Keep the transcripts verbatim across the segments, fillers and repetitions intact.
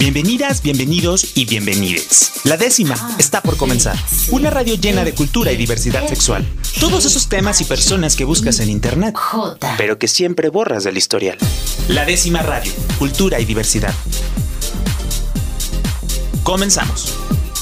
Bienvenidas, bienvenidos y bienvenides. La décima está por comenzar. Una radio llena de cultura y diversidad sexual. Todos esos temas y personas que buscas en internet, pero que siempre borras del historial. La décima radio, cultura y diversidad. Comenzamos.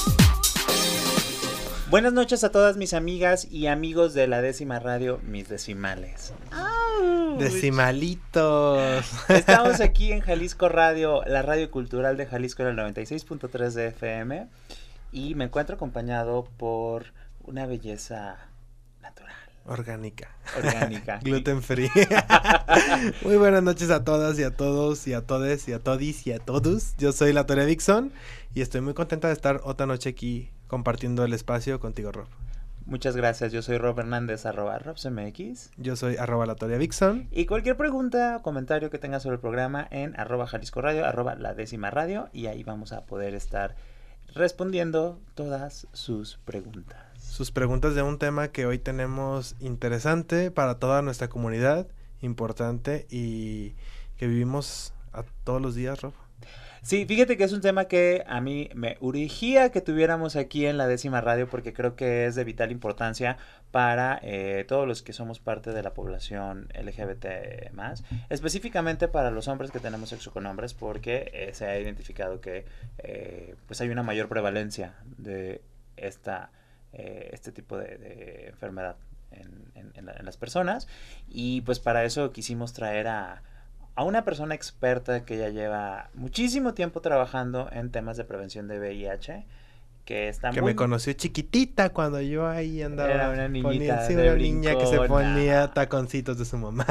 Buenas noches a todas mis amigas y amigos de la décima radio, mis decimales. ¡Au! Decimalitos. Estamos aquí en Jalisco Radio, la radio cultural de Jalisco en el noventa y seis punto tres de F M. Y me encuentro acompañado por una belleza natural. Orgánica. Orgánica. Gluten free. Muy buenas noches a todas y a todos y a todes y a todis y a todos. Yo soy La Toria Dixon y estoy muy contenta de estar otra noche aquí compartiendo el espacio contigo, Rob. Muchas gracias, yo soy Rob Hernández, arroba RobsMX. Yo soy arroba La Toria Dixon. Y cualquier pregunta o comentario que tengas sobre el programa en arroba Jalisco Radio, arroba La Décima Radio, y ahí vamos a poder estar respondiendo todas sus preguntas. Sus preguntas de un tema que hoy tenemos interesante para toda nuestra comunidad, importante y que vivimos a todos los días, Rob. Sí, fíjate que es un tema que a mí me urgía que tuviéramos aquí en la décima radio porque creo que es de vital importancia para eh, todos los que somos parte de la población L G B T más, específicamente para los hombres que tenemos sexo con hombres porque eh, se ha identificado que eh, pues hay una mayor prevalencia de esta, eh, este tipo de, de enfermedad en, en, en, la, en las personas y pues para eso quisimos traer a a una persona experta que ya lleva muchísimo tiempo trabajando en temas de prevención de V I H, que está que muy... me conoció chiquitita cuando yo ahí andaba. Era una niñita, sí, una niña que se ponía taconcitos de su mamá.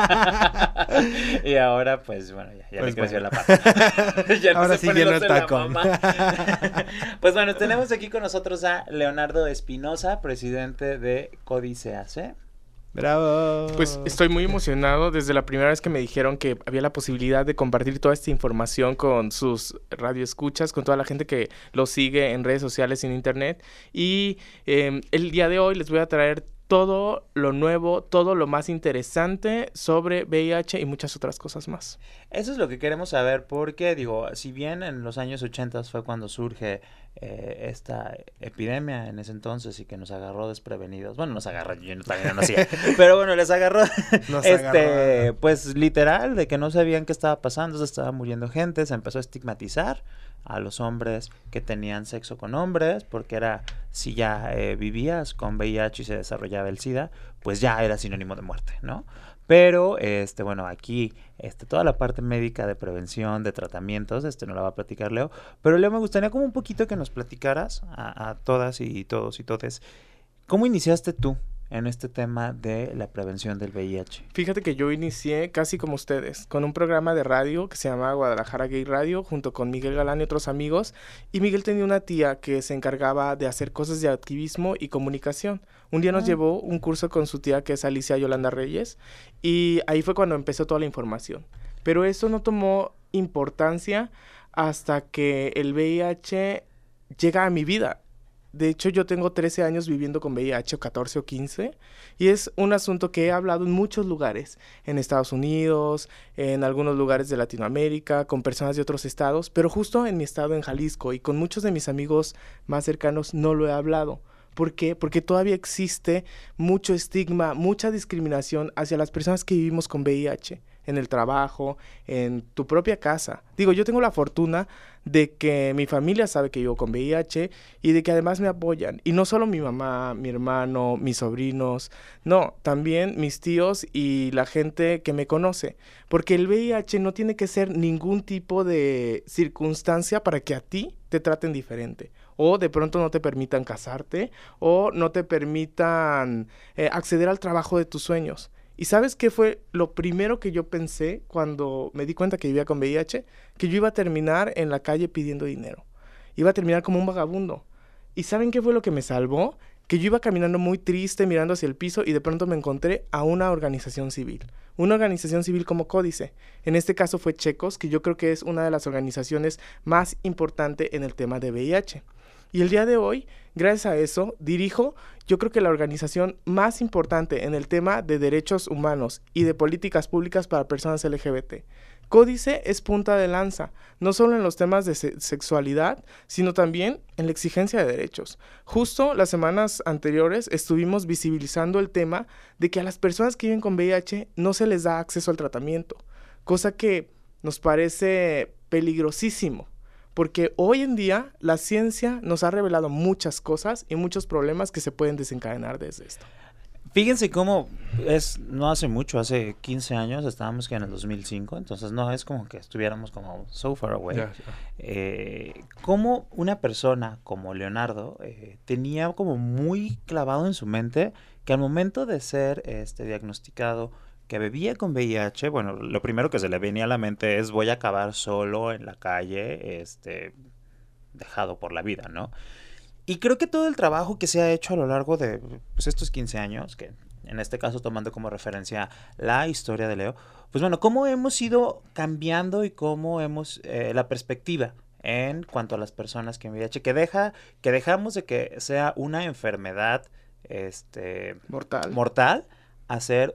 Y ahora, pues, bueno, ya, ya pues le creció bueno. la pata. Ya ahora no sí lleno el tacón. Pues bueno, tenemos aquí con nosotros a Leonardo Espinosa, presidente de Códice A C. ¡Bravo! Pues estoy muy emocionado desde la primera vez que me dijeron que había la posibilidad de compartir toda esta información con sus radioescuchas, con toda la gente que los sigue en redes sociales y en internet. Y eh, el día de hoy les voy a traer todo lo nuevo, todo lo más interesante sobre V I H y muchas otras cosas más. Eso es lo que queremos saber porque, digo, si bien en los años ochenta fue cuando surge eh, esta epidemia en ese entonces y que nos agarró desprevenidos, bueno, nos agarró, yo no, también no nacía, pero bueno, les agarró, nos este, agarró. pues literal, de que no sabían qué estaba pasando, se estaba muriendo gente, se empezó a estigmatizar a los hombres que tenían sexo con hombres, porque era, si ya eh, vivías con V I H y se desarrollaba el SIDA, pues ya era sinónimo de muerte, ¿no? Pero, este, bueno, aquí, este, toda la parte médica de prevención, de tratamientos, este, no la va a platicar Leo, pero Leo, me gustaría como un poquito que nos platicaras a, a todas y todos y todes, ¿cómo iniciaste tú en este tema de la prevención del V I H? Fíjate que yo inicié casi como ustedes, con un programa de radio que se llama Guadalajara Gay Radio, junto con Miguel Galán y otros amigos, y Miguel tenía una tía que se encargaba de hacer cosas de activismo y comunicación. Un día nos ah. llevó un curso con su tía, que es Alicia Yolanda Reyes, y ahí fue cuando empezó toda la información. Pero eso no tomó importancia hasta que el V I H llega a mi vida. De hecho, yo tengo trece años viviendo con V I H, o catorce o quince, y es un asunto que he hablado en muchos lugares, en Estados Unidos, en algunos lugares de Latinoamérica, con personas de otros estados, pero justo en mi estado, en Jalisco, y con muchos de mis amigos más cercanos no lo he hablado. ¿Por qué? Porque todavía existe mucho estigma, mucha discriminación hacia las personas que vivimos con V I H, en el trabajo, en tu propia casa. Digo, yo tengo la fortuna de que mi familia sabe que vivo con V I H y de que además me apoyan. Y no solo mi mamá, mi hermano, mis sobrinos, no, también mis tíos y la gente que me conoce. Porque el V I H no tiene que ser ningún tipo de circunstancia para que a ti te traten diferente. O de pronto no te permitan casarte, o no te permitan eh, acceder al trabajo de tus sueños. ¿Y sabes qué fue lo primero que yo pensé cuando me di cuenta que vivía con V I H? Que yo iba a terminar en la calle pidiendo dinero. Iba a terminar como un vagabundo. ¿Y saben qué fue lo que me salvó? Que yo iba caminando muy triste, mirando hacia el piso, y de pronto me encontré a una organización civil. Una organización civil como Códice. En este caso fue Checos, que yo creo que es una de las organizaciones más importantes en el tema de V I H. Y el día de hoy, gracias a eso, dirijo, yo creo que la organización más importante en el tema de derechos humanos y de políticas públicas para personas L G B T. Códice es punta de lanza, no solo en los temas de se- sexualidad, sino también en la exigencia de derechos. Justo las semanas anteriores estuvimos visibilizando el tema de que a las personas que viven con V I H no se les da acceso al tratamiento, cosa que nos parece peligrosísimo, porque hoy en día la ciencia nos ha revelado muchas cosas y muchos problemas que se pueden desencadenar desde esto. Fíjense cómo es, no hace mucho, hace quince años, estábamos que en el dos mil cinco, entonces no es como que estuviéramos como so far away. Ya, ya. Eh, cómo una persona como Leonardo eh, tenía como muy clavado en su mente que al momento de ser este, diagnosticado que vivía con V I H, bueno, lo primero que se le venía a la mente es voy a acabar solo en la calle, este, dejado por la vida, ¿no? Y creo que todo el trabajo que se ha hecho a lo largo de pues, estos quince años, que en este caso tomando como referencia la historia de Leo, pues bueno, cómo hemos ido cambiando y cómo hemos, eh, la perspectiva en cuanto a las personas que en V I H, que deja, que dejamos de que sea una enfermedad este, Mortal. mortal a ser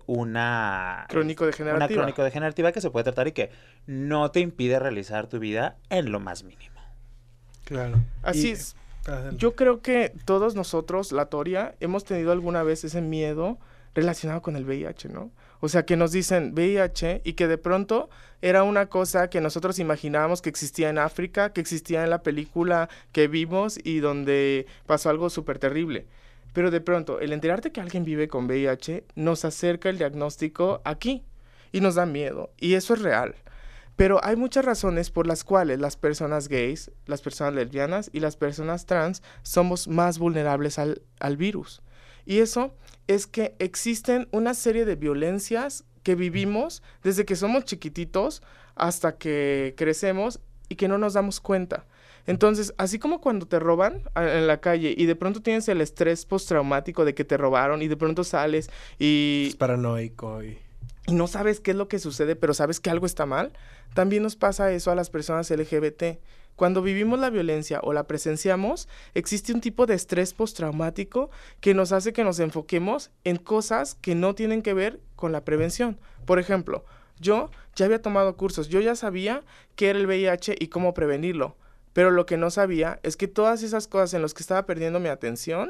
una Crónico-degenerativa. Una crónico-degenerativa que se puede tratar y que no te impide realizar tu vida en lo más mínimo. Claro. Así Y- es. Adelante. Yo creo que todos nosotros, la Toria, hemos tenido alguna vez ese miedo relacionado con el V I H, ¿no? O sea, que nos dicen V I H y que de pronto era una cosa que nosotros imaginábamos que existía en África, que existía en la película que vimos y donde pasó algo súper terrible. Pero de pronto, el enterarte que alguien vive con V I H nos acerca el diagnóstico aquí y nos da miedo. Y eso es real. Pero hay muchas razones por las cuales las personas gays, las personas lesbianas y las personas trans somos más vulnerables al, al virus. Y eso es que existen una serie de violencias que vivimos desde que somos chiquititos hasta que crecemos y que no nos damos cuenta. Entonces, así como cuando te roban a- en la calle y de pronto tienes el estrés postraumático de que te robaron y de pronto sales y... Es paranoico y... y no sabes qué es lo que sucede, pero sabes que algo está mal, también nos pasa eso a las personas L G B T. Cuando vivimos la violencia o la presenciamos, existe un tipo de estrés postraumático que nos hace que nos enfoquemos en cosas que no tienen que ver con la prevención. Por ejemplo, yo ya había tomado cursos, yo ya sabía qué era el V I H y cómo prevenirlo, pero lo que no sabía es que todas esas cosas en las que estaba perdiendo mi atención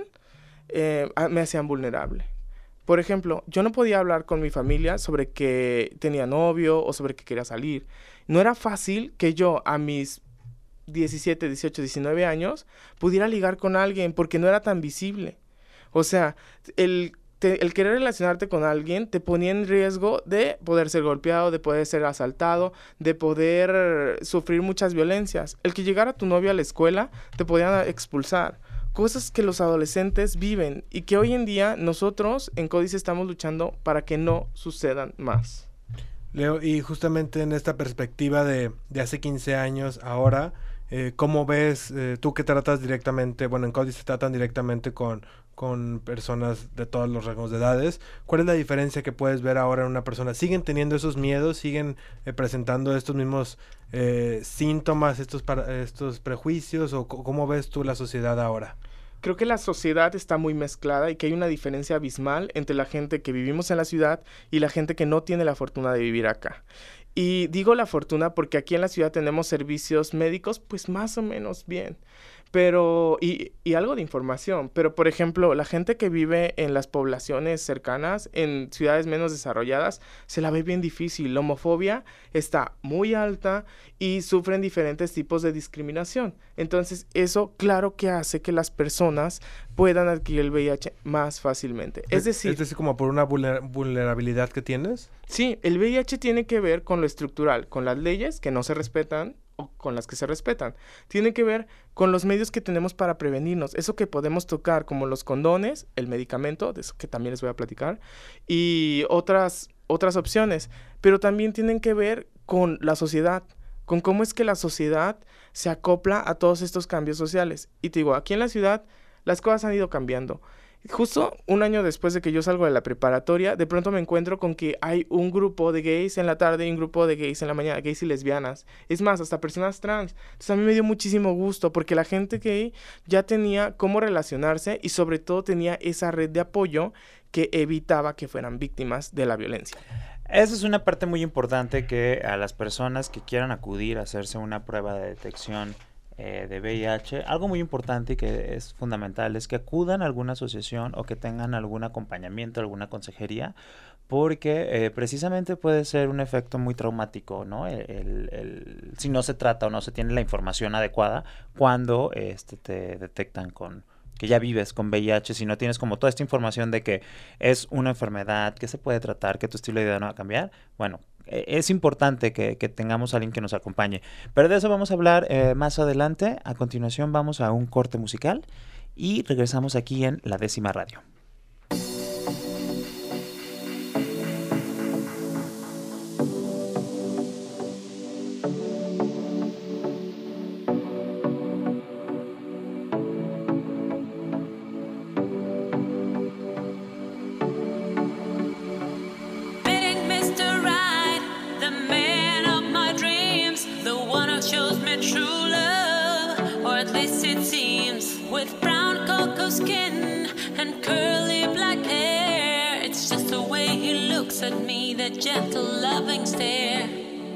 eh, me hacían vulnerable. Por ejemplo, yo no podía hablar con mi familia sobre que tenía novio o sobre que quería salir. No era fácil que yo a mis diecisiete, dieciocho, diecinueve años pudiera ligar con alguien porque no era tan visible. O sea, el, te, el querer relacionarte con alguien te ponía en riesgo de poder ser golpeado, de poder ser asaltado, de poder sufrir muchas violencias. El que llegara tu novio a la escuela te podían expulsar. Cosas que los adolescentes viven y que hoy en día nosotros en Códice estamos luchando para que no sucedan más. Leo, y justamente en esta perspectiva de, de hace quince años, ahora, eh, ¿cómo ves eh, tú que tratas directamente, bueno, en Códice tratan directamente con, con personas de todos los rangos de edades? ¿Cuál es la diferencia que puedes ver ahora en una persona? ¿Siguen teniendo esos miedos? ¿Siguen eh, presentando estos mismos eh, síntomas, estos, para, estos prejuicios? ¿O c- cómo ves tú la sociedad ahora? Creo que la sociedad está muy mezclada y que hay una diferencia abismal entre la gente que vivimos en la ciudad y la gente que no tiene la fortuna de vivir acá. Y digo la fortuna porque aquí en la ciudad tenemos servicios médicos pues más o menos bien, pero y, y algo de información, pero por ejemplo la gente que vive en las poblaciones cercanas, en ciudades menos desarrolladas, se la ve bien difícil. La homofobia está muy alta y sufren diferentes tipos de discriminación. Entonces eso claro que hace que las personas puedan adquirir el V I H más fácilmente. Es decir, Es decir, como por una vulner- vulnerabilidad que tienes. sí, el V I H tiene que ver con lo estructural, con las leyes que no se respetan o con las que se respetan. Tiene que ver con los medios que tenemos para prevenirnos, eso que podemos tocar como los condones, el medicamento, de eso que también les voy a platicar, y otras, otras opciones, pero también tienen que ver con la sociedad, con cómo es que la sociedad se acopla a todos estos cambios sociales. Y te digo, aquí en la ciudad las cosas han ido cambiando. Justo un año después de que yo salgo de la preparatoria, de pronto me encuentro con que hay un grupo de gays en la tarde y un grupo de gays en la mañana, gays y lesbianas. Es más, hasta personas trans. Entonces a mí me dio muchísimo gusto porque la gente gay ya tenía cómo relacionarse y sobre todo tenía esa red de apoyo que evitaba que fueran víctimas de la violencia. Esa es una parte muy importante que a las personas que quieran acudir a hacerse una prueba de detección eh, de V I H, algo muy importante y que es fundamental es que acudan a alguna asociación o que tengan algún acompañamiento, alguna consejería, porque eh, precisamente puede ser un efecto muy traumático, ¿no? El, el, el, si no se trata o no se tiene la información adecuada cuando este, te detectan con que ya vives con V I H, si no tienes como toda esta información de que es una enfermedad, que se puede tratar, que tu estilo de vida no va a cambiar, bueno, es importante que, que tengamos a alguien que nos acompañe. Pero de eso vamos a hablar eh, más adelante. A continuación vamos a un corte musical y regresamos aquí en La Décima Radio. Gentle, loving stare.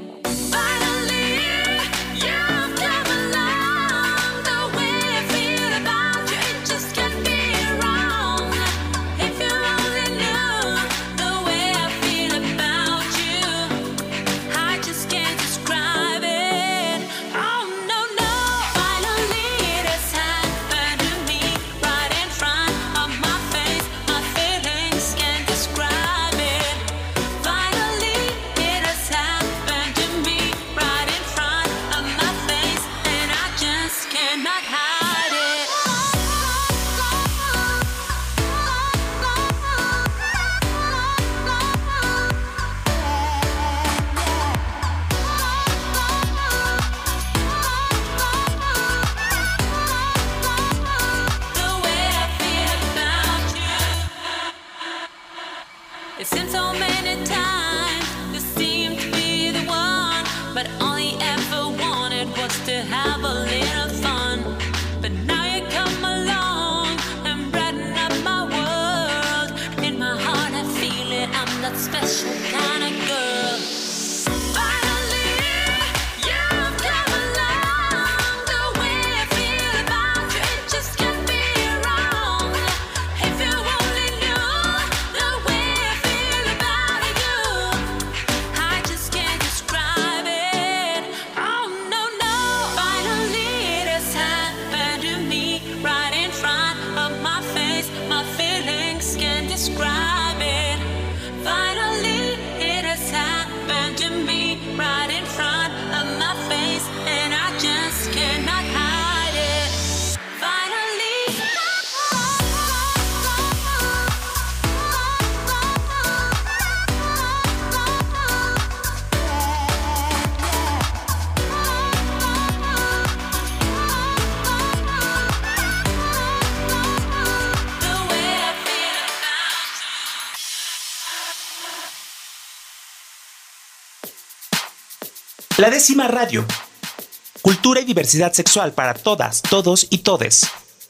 La Décima Radio. Cultura y diversidad sexual para todas, todos y todes.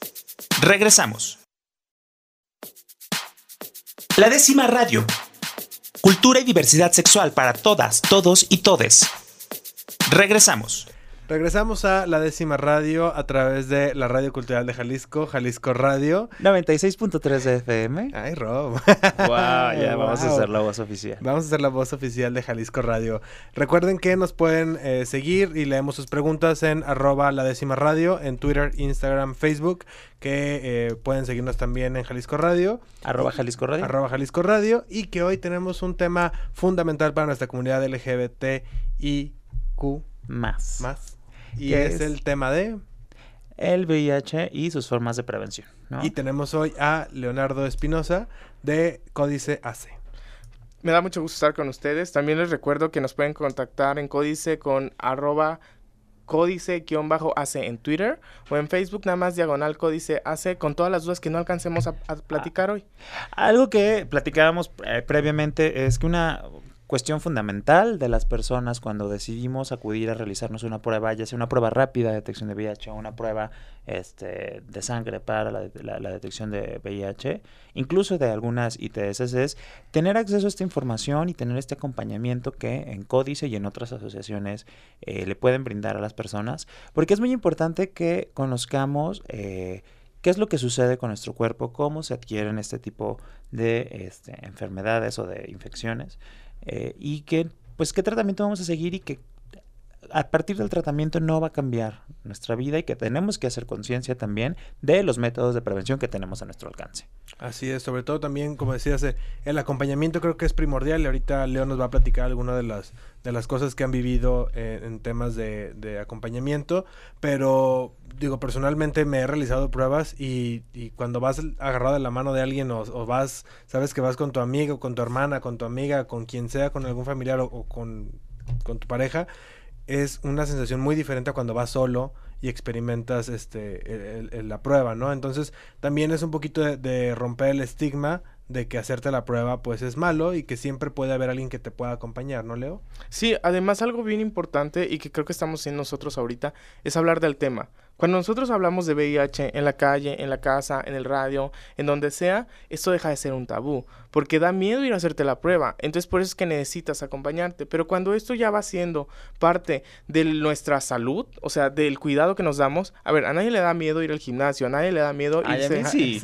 Regresamos. La Décima Radio. Cultura y diversidad sexual para todas, todos y todes. Regresamos. Regresamos a La Décima Radio a través de la Radio Cultural de Jalisco, Jalisco Radio. noventa y seis punto tres de F M. Ay, Rob. Wow, ya vamos wow. a hacer la voz oficial. Vamos a hacer la voz oficial de Jalisco Radio. Recuerden que nos pueden eh, seguir y leemos sus preguntas en arroba La Décima Radio, en Twitter, Instagram, Facebook, que eh, pueden seguirnos también en Jalisco Radio. Arroba Jalisco Radio. Arroba Jalisco Radio. Y que hoy tenemos un tema fundamental para nuestra comunidad L G B T I Q más. Más. Y es, es el tema de el V I H y sus formas de prevención, ¿no? Y tenemos hoy a Leonardo Espinosa de Códice A C E. Me da mucho gusto estar con ustedes. También les recuerdo que nos pueden contactar en Códice con arroba Códice-A C en Twitter o en Facebook, nada más diagonal Códice A C, con todas las dudas que no alcancemos a, a platicar ah, hoy. Algo que platicábamos eh, previamente es que una... cuestión fundamental de las personas cuando decidimos acudir a realizarnos una prueba, ya sea una prueba rápida de detección de V I H o una prueba este, de sangre para la, la, la detección de V I H, incluso de algunas I T S, es tener acceso a esta información y tener este acompañamiento que en Códice y en otras asociaciones eh, le pueden brindar a las personas, porque es muy importante que conozcamos eh, qué es lo que sucede con nuestro cuerpo, cómo se adquieren este tipo de este, enfermedades o de infecciones. Eh, y que, pues, qué tratamiento vamos a seguir y que a partir del tratamiento no va a cambiar nuestra vida y que tenemos que hacer conciencia también de los métodos de prevención que tenemos a nuestro alcance. Así es, sobre todo también, como decías, eh, el acompañamiento creo que es primordial y ahorita Leo nos va a platicar algunas de las de las cosas que han vivido eh, en temas de, de acompañamiento, pero digo, personalmente me he realizado pruebas y, y cuando vas agarrado de la mano de alguien o, o vas, sabes que vas con tu amigo, con tu hermana, con tu amiga, con quien sea, con algún familiar o, o con, con tu pareja, es una sensación muy diferente a cuando vas solo y experimentas este el, el, la prueba, ¿no? Entonces también es un poquito de, de romper el estigma de que hacerte la prueba pues es malo y que siempre puede haber alguien que te pueda acompañar, ¿no, Leo? Sí, además algo bien importante y que creo que estamos haciendo nosotros ahorita es hablar del tema. Cuando nosotros hablamos de V I H en la calle, en la casa, en el radio, en donde sea, esto deja de ser un tabú, porque da miedo ir a hacerte la prueba, entonces por eso es que necesitas acompañarte, pero cuando esto ya va siendo parte de nuestra salud, o sea, del cuidado que nos damos, a ver, a nadie le da miedo ir al gimnasio, a nadie le da miedo Ay, irse... a mí sí.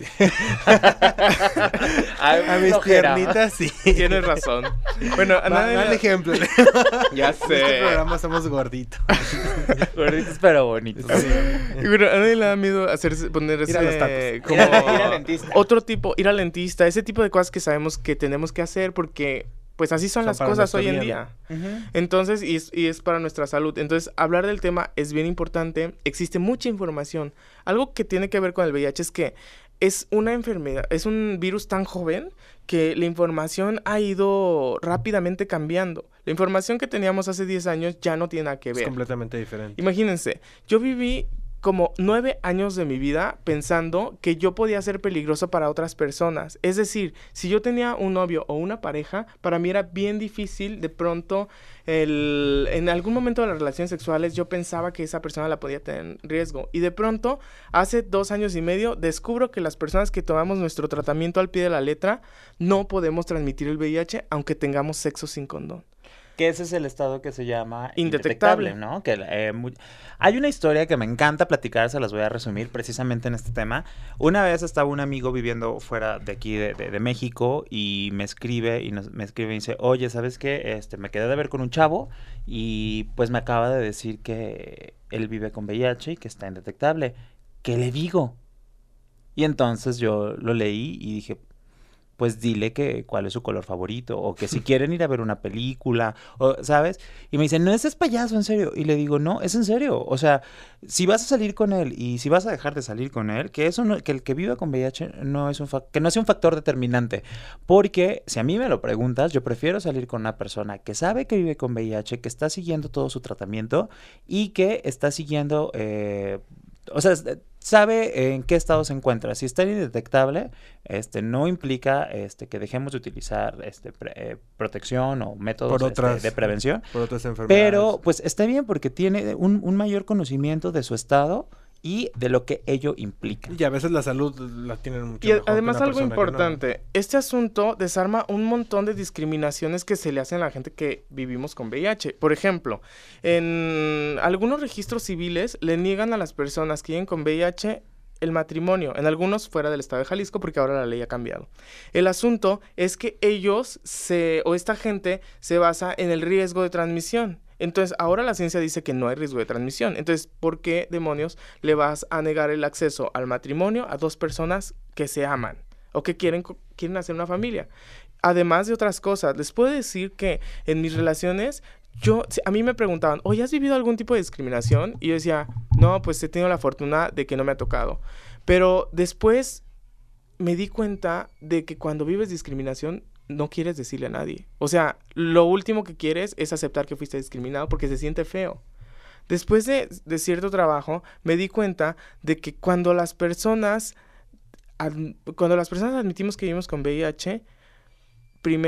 A, a mis piernitas sí. Tienes razón. Bueno, a Va, nadie da el le... ejemplo. Ya En este sé. programa somos gorditos. Gorditos pero bonitos. Sí. Y bueno, a nadie le da miedo hacerse, ponerse Ir a los tacos. como Ir a- ir al dentista. otro tipo, ir al dentista, ese tipo de cosas que sabemos que tenemos que hacer porque pues así son, Son las para cosas nuestro hoy en bien. día. Ujú. Entonces, y es, y es para nuestra salud. Entonces, hablar del tema es bien importante. Existe mucha información. Algo que tiene que ver con el V I H es que es una enfermedad, es un virus tan joven que la información ha ido rápidamente cambiando. La información que teníamos hace diez años ya no tiene nada que Es ver. completamente diferente. Imagínense, yo viví como nueve años de mi vida pensando que yo podía ser peligroso para otras personas. Es decir, si yo tenía un novio o una pareja, para mí era bien difícil de pronto, el, en algún momento de las relaciones sexuales, yo pensaba que esa persona la podía tener en riesgo. Y de pronto, hace dos años y medio, descubro que las personas que tomamos nuestro tratamiento al pie de la letra, no podemos transmitir el V I H aunque tengamos sexo sin condón. Que ese es el estado que se llama Indetectable. indetectable, ¿no? Que eh, muy- hay una historia que me encanta platicar, se las voy a resumir precisamente en este tema. Una vez estaba un amigo viviendo fuera de aquí de, de- de México y me escribe y nos- me escribe y dice, oye, ¿sabes qué? Este, me quedé de ver con un chavo y pues me acaba de decir que él vive con V I H y que está indetectable. ¿Qué le digo? Y entonces yo lo leí y dije, pues dile que cuál es su color favorito, o que si quieren ir a ver una película, o, ¿sabes? Y me dice, no, ese es payaso, en serio. Y le digo, no, es en serio. O sea, si vas a salir con él y si vas a dejar de salir con él, que eso no, que el que viva con V I H no es un fa- que no sea un factor determinante. Porque si a mí me lo preguntas, yo prefiero salir con una persona que sabe que vive con V I H, que está siguiendo todo su tratamiento y que está siguiendo, eh, o sea, sabe en qué estado se encuentra. Si está indetectable, este, no implica este, que dejemos de utilizar este, pre- eh, protección o métodos Por este, otras- de prevención. Por otras enfermedades. Pero pues está bien porque tiene un, un mayor conocimiento de su estado y de lo que ello implica. Y a veces la salud la tienen mucho Y a- mejor que además una algo persona que no. importante, este asunto desarma un montón de discriminaciones que se le hacen a la gente que vivimos con V I H. Por ejemplo, en algunos registros civiles le niegan a las personas que viven con V I H el matrimonio, en algunos fuera del estado de Jalisco porque ahora la ley ha cambiado. El asunto es que ellos se, o esta gente se basa en el riesgo de transmisión. Entonces, ahora la ciencia dice que no hay riesgo de transmisión. Entonces, ¿por qué demonios le vas a negar el acceso al matrimonio a dos personas que se aman o que quieren, co- quieren hacer una familia? Además de otras cosas, les puedo decir que en mis relaciones, yo, si- a mí me preguntaban, oye, ¿has vivido algún tipo de discriminación? Y yo decía, no, pues he tenido la fortuna de que no me ha tocado. Pero después me di cuenta de que cuando vives discriminación, no quieres decirle a nadie. O sea, lo último que quieres es aceptar que fuiste discriminado porque se siente feo. Después de, de cierto trabajo, me di cuenta de que cuando las personas, ad- cuando las personas admitimos que vivimos con V I H, primero,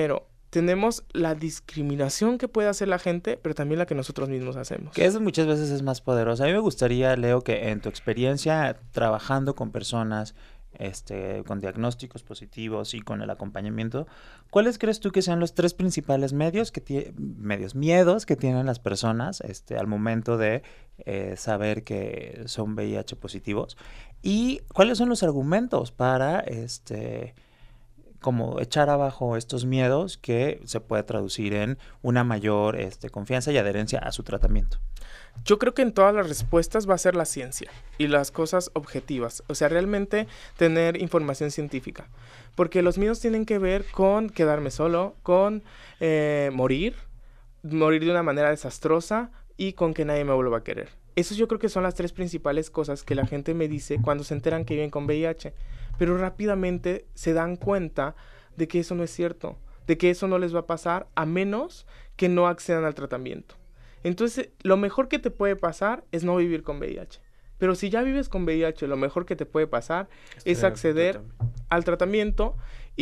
tenemos la discriminación que puede hacer la gente, pero también la que nosotros mismos hacemos. Que eso muchas veces es más poderoso. A mí me gustaría, Leo, que en tu experiencia trabajando con personas este, con diagnósticos positivos y con el acompañamiento, ¿cuáles crees tú que sean los tres principales medios, que tie- medios miedos que tienen las personas este, al momento de eh, saber que son V I H positivos? ¿Y cuáles son los argumentos para este como echar abajo estos miedos que se puede traducir en una mayor este, confianza y adherencia a su tratamiento? Yo creo que en todas las respuestas va a ser la ciencia y las cosas objetivas. O sea, realmente tener información científica. Porque los miedos tienen que ver con quedarme solo, con eh, morir, morir de una manera desastrosa y con que nadie me vuelva a querer. Esos yo creo que son las tres principales cosas que la gente me dice cuando se enteran que viven con V I H. Pero rápidamente se dan cuenta de que eso no es cierto, de que eso no les va a pasar a menos que no accedan al tratamiento. Entonces, lo mejor que te puede pasar es no vivir con V I H. Pero si ya vives con V I H, lo mejor que te puede pasar Este es acceder al tratamiento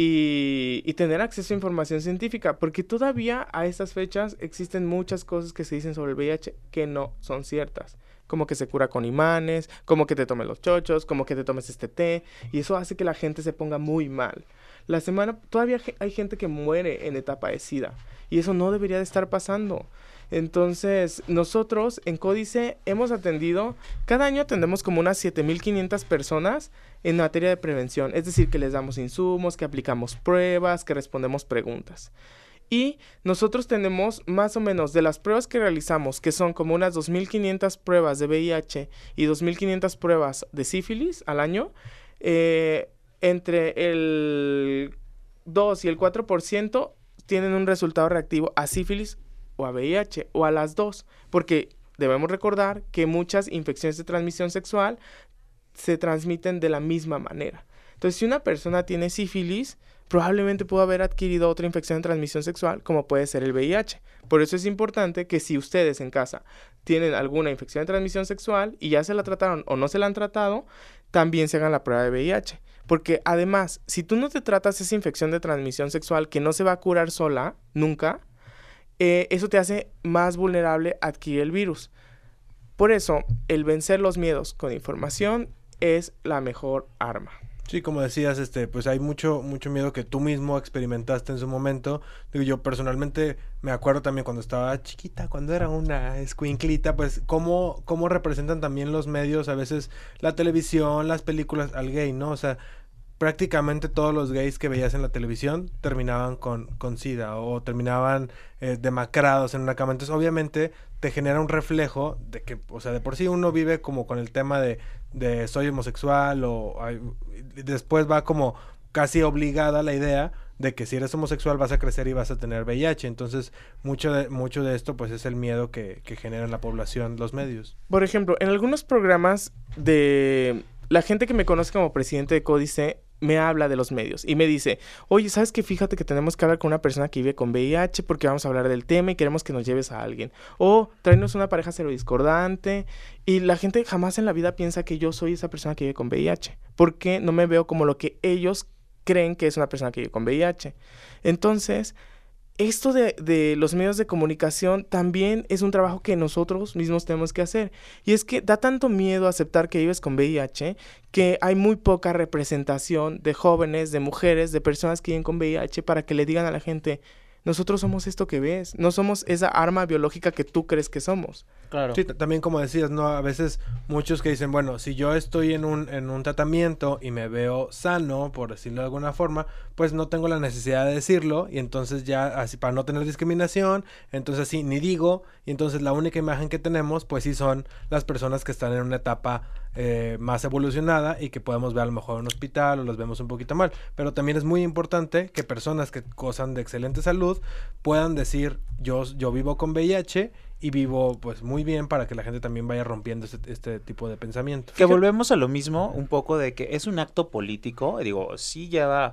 y, y tener acceso a información científica. Porque todavía a estas fechas existen muchas cosas que se dicen sobre el V I H que no son ciertas. Como que se cura con imanes, como que te tomes los chochos, como que te tomes este té. Y eso hace que la gente se ponga muy mal. La semana, todavía hay gente que muere en etapa de SIDA. Y eso no debería de estar pasando. Entonces, nosotros en Códice hemos atendido, cada año atendemos como unas siete mil quinientas personas en materia de prevención. Es decir, que les damos insumos, que aplicamos pruebas, que respondemos preguntas. Y nosotros tenemos más o menos de las pruebas que realizamos, que son como unas dos mil quinientas pruebas de V I H y dos mil quinientas pruebas de sífilis al año, eh, entre el dos y el cuatro por ciento tienen un resultado reactivo a sífilis o a V I H, o a las dos, porque debemos recordar que muchas infecciones de transmisión sexual se transmiten de la misma manera. Entonces, si una persona tiene sífilis, probablemente pudo haber adquirido otra infección de transmisión sexual, como puede ser el V I H. Por eso es importante que si ustedes en casa tienen alguna infección de transmisión sexual y ya se la trataron o no se la han tratado, también se hagan la prueba de V I H. Porque además, si tú no te tratas esa infección de transmisión sexual que no se va a curar sola, nunca, Eh, eso te hace más vulnerable a adquirir el virus. Por eso, el vencer los miedos con información es la mejor arma. Sí, como decías, este, pues hay mucho, mucho miedo que tú mismo experimentaste en su momento. Digo, yo personalmente me acuerdo también cuando estaba chiquita, cuando era una escuinclita, pues cómo, cómo representan también los medios, a veces la televisión, las películas al gay, ¿no? O sea, prácticamente todos los gays que veías en la televisión terminaban con, con SIDA o terminaban eh, demacrados en una cama. Entonces, obviamente, te genera un reflejo de que, o sea, de por sí uno vive como con el tema de, de soy homosexual o ay, después va como casi obligada la idea de que si eres homosexual vas a crecer y vas a tener V I H. Entonces, mucho de, mucho de esto, pues, es el miedo que, que genera en la población los medios. Por ejemplo, en algunos programas de... La gente que me conoce como presidente de Códice me habla de los medios y me dice, oye, ¿sabes qué? Fíjate que tenemos que hablar con una persona que vive con V I H porque vamos a hablar del tema y queremos que nos lleves a alguien. O tráenos una pareja serodiscordante. Y la gente jamás en la vida piensa que yo soy esa persona que vive con V I H, porque no me veo como lo que ellos creen que es una persona que vive con V I H. Entonces, esto de, de los medios de comunicación también es un trabajo que nosotros mismos tenemos que hacer. Y es que da tanto miedo aceptar que vives con V I H que hay muy poca representación de jóvenes, de mujeres, de personas que viven con V I H para que le digan a la gente, nosotros somos esto que ves, no somos esa arma biológica que tú crees que somos. Claro. Sí, t- también como decías, ¿no? A veces muchos que dicen, bueno, si yo estoy en un, en un tratamiento y me veo sano, por decirlo de alguna forma, pues no tengo la necesidad de decirlo y entonces ya, así para no tener discriminación, entonces sí, ni digo, y entonces la única imagen que tenemos, pues sí son las personas que están en una etapa eh, más evolucionada y que podemos ver a lo mejor en un hospital o los vemos un poquito mal, pero también es muy importante que personas que gozan de excelente salud puedan decir, yo, yo vivo con V I H y vivo pues muy bien, para que la gente también vaya rompiendo este, este tipo de pensamiento. Que volvemos a lo mismo, un poco de que es un acto político, digo, sí lleva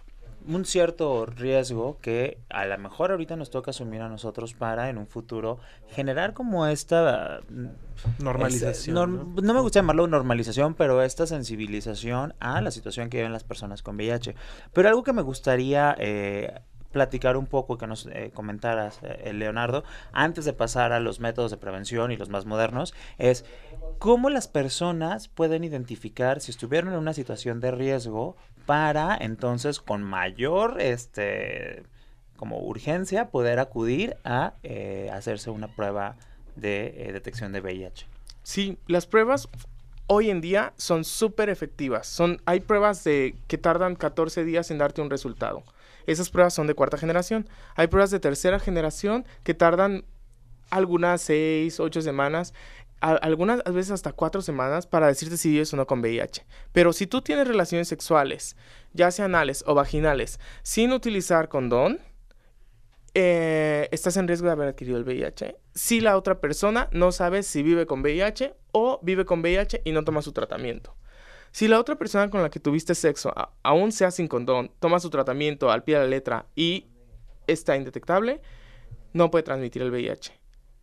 un cierto riesgo que a lo mejor ahorita nos toca asumir a nosotros para en un futuro generar como esta Normalización. Este, norm, ¿no? no me gusta llamarlo normalización, pero esta sensibilización a la situación que viven las personas con V I H. Pero algo que me gustaría eh, platicar un poco, que nos eh, comentaras, eh, Leonardo, antes de pasar a los métodos de prevención y los más modernos, es cómo las personas pueden identificar si estuvieron en una situación de riesgo para entonces con mayor este como urgencia poder acudir a eh, hacerse una prueba de eh, detección de V I H. Sí, las pruebas hoy en día son súper efectivas. Son, hay pruebas de, que tardan catorce días en darte un resultado. Esas pruebas son de cuarta generación. Hay pruebas de tercera generación que tardan algunas seis, ocho semanas, a, algunas veces hasta cuatro semanas para decirte si vives o no con V I H. Pero si tú tienes relaciones sexuales, ya sea anales o vaginales, sin utilizar condón, eh, estás en riesgo de haber adquirido el V I H. Si la otra persona no sabe si vive con V I H o vive con V I H y no toma su tratamiento. Si la otra persona con la que tuviste sexo, a, aún sea sin condón, toma su tratamiento al pie de la letra y está indetectable, no puede transmitir el V I H.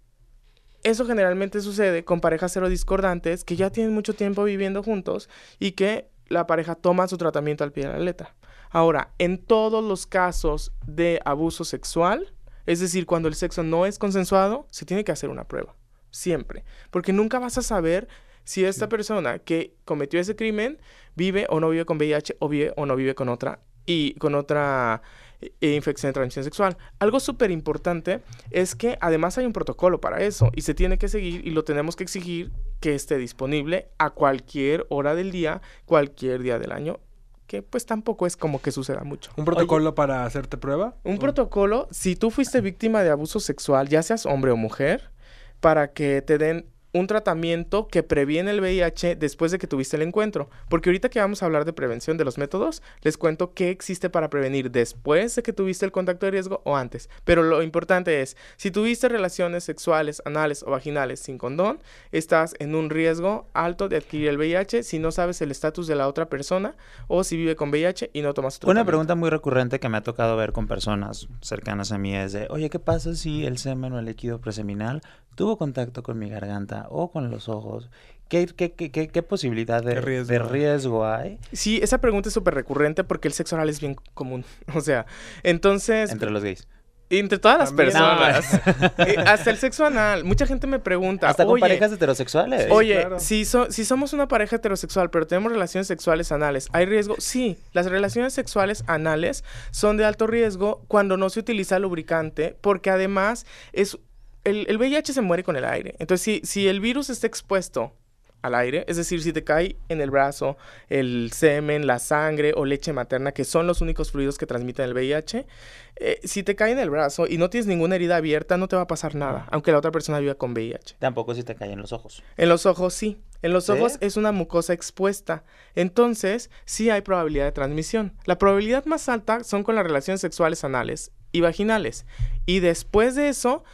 Eso generalmente sucede con parejas serodiscordantes que ya tienen mucho tiempo viviendo juntos y que la pareja toma su tratamiento al pie de la letra. Ahora, en todos los casos de abuso sexual, es decir, cuando el sexo no es consensuado, se tiene que hacer una prueba. Siempre. Porque nunca vas a saber si esta sí. persona que cometió ese crimen vive o no vive con V I H o vive o no vive con otra y con otra eh, infección de transmisión sexual. Algo súper importante es que además hay un protocolo para eso y se tiene que seguir y lo tenemos que exigir que esté disponible a cualquier hora del día, cualquier día del año, que pues tampoco es como que suceda mucho. ¿Un protocolo Oye, para hacerte prueba? Un ¿O? protocolo, si tú fuiste víctima de abuso sexual, ya seas hombre o mujer, para que te den un tratamiento que previene el V I H después de que tuviste el encuentro. Porque ahorita que vamos a hablar de prevención de los métodos, les cuento qué existe para prevenir después de que tuviste el contacto de riesgo o antes. Pero lo importante es, si tuviste relaciones sexuales, anales o vaginales sin condón, estás en un riesgo alto de adquirir el V I H si no sabes el estatus de la otra persona o si vive con V I H y no tomas tu tratamiento. Una pregunta muy recurrente que me ha tocado ver con personas cercanas a mí es de, oye, ¿qué pasa si el semen o el líquido preseminal tuvo contacto con mi garganta o con los ojos? ¿Qué, qué, qué, qué, qué posibilidad de, riesgo? de riesgo hay? Sí, esa pregunta es súper recurrente porque el sexo oral es bien común. O sea, entonces... Entre los gays. Entre todas las También. personas. No. eh, hasta el sexo anal. Mucha gente me pregunta. Hasta con parejas heterosexuales. Oye, claro. si, so, si somos una pareja heterosexual, pero tenemos relaciones sexuales anales, ¿hay riesgo? Sí. Las relaciones sexuales anales son de alto riesgo cuando no se utiliza lubricante, porque además es... El, el V I H se muere con el aire. Entonces, si, si el virus está expuesto al aire, es decir, si te cae en el brazo el semen, la sangre o leche materna, que son los únicos fluidos que transmiten el V I H, eh, si te cae en el brazo y no tienes ninguna herida abierta, no te va a pasar nada, aunque la otra persona viva con V I H. Tampoco si te cae en los ojos. En los ojos, sí. En los ¿Sí? ojos es una mucosa expuesta. Entonces, sí hay probabilidad de transmisión. La probabilidad más alta son con las relaciones sexuales anales y vaginales. Y después de eso...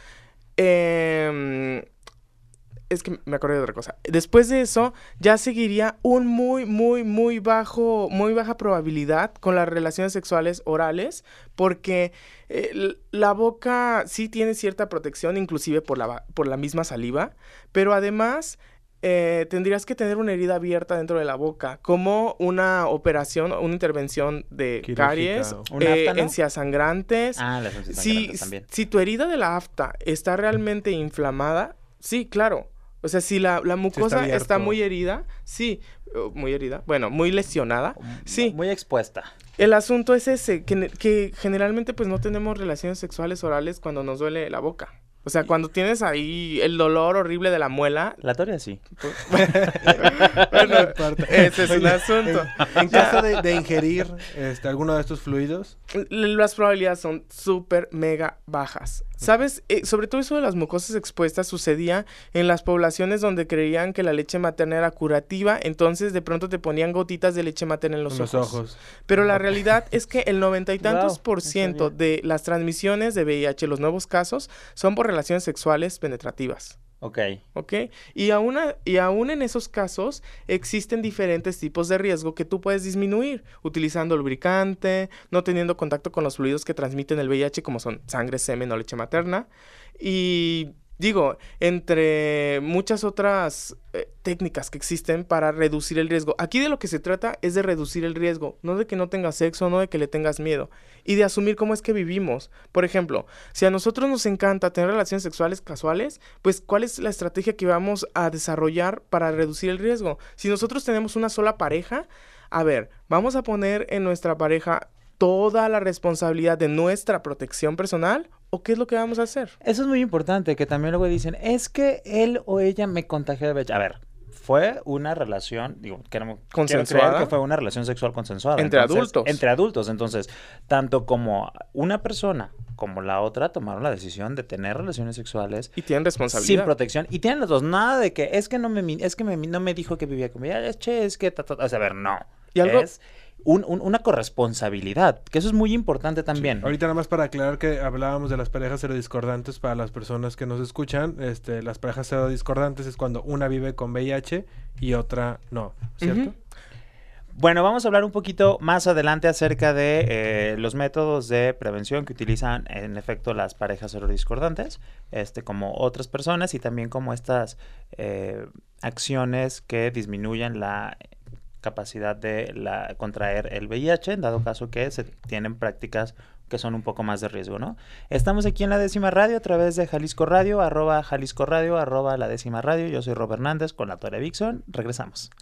Eh, es que me acordé de otra cosa. Después de eso, ya seguiría un muy, muy, muy bajo, muy baja probabilidad con las relaciones sexuales orales, porque eh, la boca sí tiene cierta protección, inclusive por la, por la misma saliva, pero además... Eh, tendrías que tener una herida abierta dentro de la boca, como una operación, una intervención de Quirúrgica. caries, ¿Un eh, afta, no? encías sangrantes. Ah, las encías si, sangrantes también. Si tu herida de la afta está realmente inflamada, sí, claro. O sea, si la, la mucosa está, está muy herida, sí, muy herida, bueno, muy lesionada, sí. Muy expuesta. El asunto es ese, que, que generalmente pues no tenemos relaciones sexuales orales cuando nos duele la boca. O sea, cuando tienes ahí el dolor horrible de la muela... La teoría sí. Pues, bueno, ese es un asunto. En caso de, de ingerir este, alguno de estos fluidos... Las probabilidades son súper mega bajas. ¿Sabes? Eh, sobre todo eso de las mucosas expuestas sucedía en las poblaciones donde creían que la leche materna era curativa, entonces de pronto te ponían gotitas de leche materna en los, en los ojos. ojos. Pero la realidad es que el noventa y tantos Wow, por ciento de las transmisiones de V I H, los nuevos casos, son por relaciones sexuales penetrativas. Ok. ¿Ok? Y aún, a, y aún en esos casos existen diferentes tipos de riesgo que tú puedes disminuir utilizando lubricante, no teniendo contacto con los fluidos que transmiten el V I H como son sangre, semen o leche materna y Digo, entre muchas otras eh, técnicas que existen para reducir el riesgo. Aquí de lo que se trata es de reducir el riesgo, no de que no tengas sexo, no de que le tengas miedo, y de asumir cómo es que vivimos. Por ejemplo, si a nosotros nos encanta tener relaciones sexuales casuales, pues ¿cuál es la estrategia que vamos a desarrollar para reducir el riesgo? Si nosotros tenemos una sola pareja, a ver, vamos a poner en nuestra pareja toda la responsabilidad de nuestra protección personal, ¿o qué es lo que vamos a hacer? Eso es muy importante, que también luego dicen, es que él o ella me contagió de V I H. A ver, fue una relación, digo, queremos, quiero creer que fue una relación sexual consensuada. Entre Entonces, adultos. Entre adultos. Entonces, tanto como una persona como la otra tomaron la decisión de tener relaciones sexuales. Y tienen responsabilidad. Sin protección. Y tienen los dos. Nada de que, es que no me, es que me, no me dijo que vivía con V I H, es que... Ta, ta, ta. O sea, a ver, no. ¿Y algo? Es... Un, un, una corresponsabilidad, que eso es muy importante también. Sí. Ahorita nada más para aclarar que hablábamos de las parejas serodiscordantes para las personas que nos escuchan. Este, las parejas serodiscordantes es cuando una vive con V I H y otra no, ¿cierto? Uh-huh. Bueno, vamos a hablar un poquito más adelante acerca de eh, los métodos de prevención que utilizan en efecto las parejas serodiscordantes, este, como otras personas, y también como estas eh, acciones que disminuyen la capacidad de la, contraer el V I H, en dado caso que se tienen prácticas que son un poco más de riesgo, ¿no? Estamos aquí en La Décima Radio a través de Jalisco Radio, arroba Jalisco Radio, arroba La Décima Radio. Yo soy Rob Hernández con la Tore Vixon. Regresamos.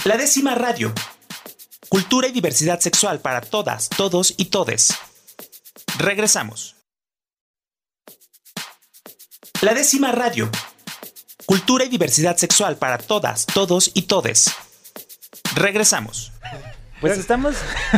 La Décima Radio. Cultura y diversidad sexual para todas, todos y todes. Regresamos. La Décima Radio. Cultura y diversidad sexual para todas, todos y todes. Regresamos. Pues estamos...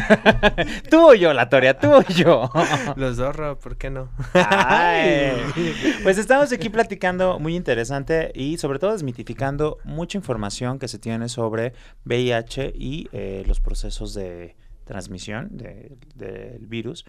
tú o yo, La Toria, tú o yo. Los dos, Rob, ¿por qué no? Ay. Pues estamos aquí platicando muy interesante y sobre todo desmitificando mucha información que se tiene sobre V I H y eh, los procesos de transmisión de, del virus.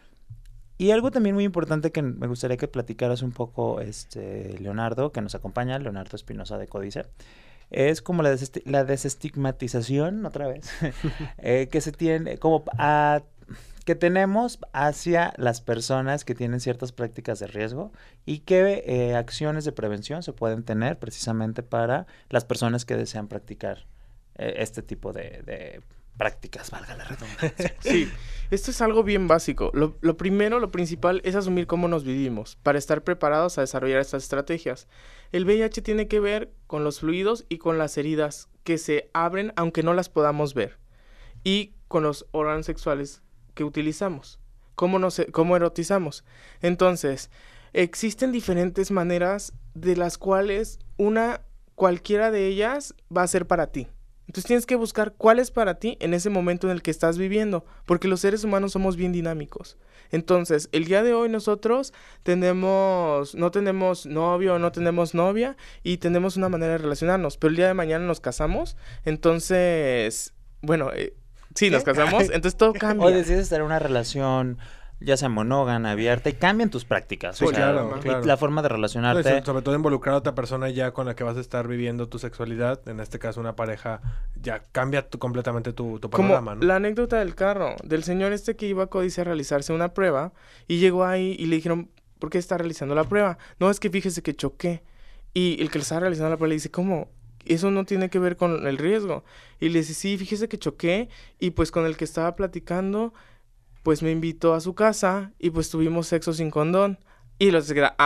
Y algo también muy importante que me gustaría que platicaras un poco, este Leonardo, que nos acompaña, Leonardo Espinosa de Códice, es como la, desesti- la desestigmatización, otra vez, eh, que se tiene, como a, que tenemos hacia las personas que tienen ciertas prácticas de riesgo y qué eh, acciones de prevención se pueden tener precisamente para las personas que desean practicar eh, este tipo de, de prácticas, valga la redundancia. Sí, esto es algo bien básico. Lo, lo primero, lo principal es asumir cómo nos vivimos para estar preparados a desarrollar estas estrategias. El V I H tiene que ver con los fluidos y con las heridas que se abren aunque no las podamos ver y con los órganos sexuales que utilizamos, cómo, nos, cómo erotizamos. Entonces, existen diferentes maneras de las cuales una, cualquiera de ellas va a ser para ti. Entonces tienes que buscar cuál es para ti en ese momento en el que estás viviendo, porque los seres humanos somos bien dinámicos. Entonces, el día de hoy nosotros tenemos, no tenemos novio o no tenemos novia y tenemos una manera de relacionarnos, pero el día de mañana nos casamos, entonces, bueno, eh, sí, nos casamos, entonces todo cambia. O decides estar en una relación, ya sea monógama, abierta, y cambian tus prácticas. Sí, o sea, claro, y claro. la forma de relacionarte. No, sobre todo involucrar a otra persona ya con la que vas a estar viviendo tu sexualidad, en este caso una pareja, ya cambia tu, completamente tu, tu panorama, Como ¿no? la anécdota del carro, del señor este que iba a Códice a realizarse una prueba y llegó ahí y le dijeron, ¿por qué está realizando la prueba? No, es que fíjese que choqué. Y el que le estaba realizando la prueba le dice, ¿cómo? Eso no tiene que ver con el riesgo. Y le dice, sí, fíjese que choqué y pues con el que estaba platicando, pues me invitó a su casa y pues tuvimos sexo sin condón. Y los se queda,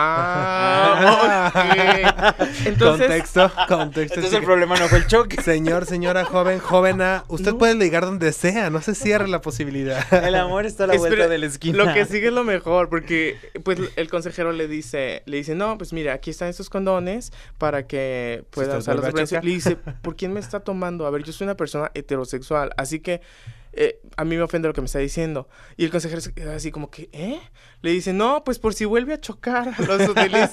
ah, ok. Entonces, contexto, contexto. Entonces el problema no fue el choque. Señor, señora, joven, jóvena, usted No. puede ligar donde sea, no se cierre la posibilidad. El amor está a la Espera, vuelta de la esquina. lo que sigue es lo mejor, porque pues el consejero le dice, le dice, no, pues mira, aquí están estos condones para que pueda usted usar los vuelve a chocar. Le dice, ¿por quién me está tomando? A ver, yo soy una persona heterosexual, así que eh, a mí me ofende lo que me está diciendo. Y el consejero se queda así como que, ¿eh? Le dice, no, pues por si vuelve a chocar, los utilice.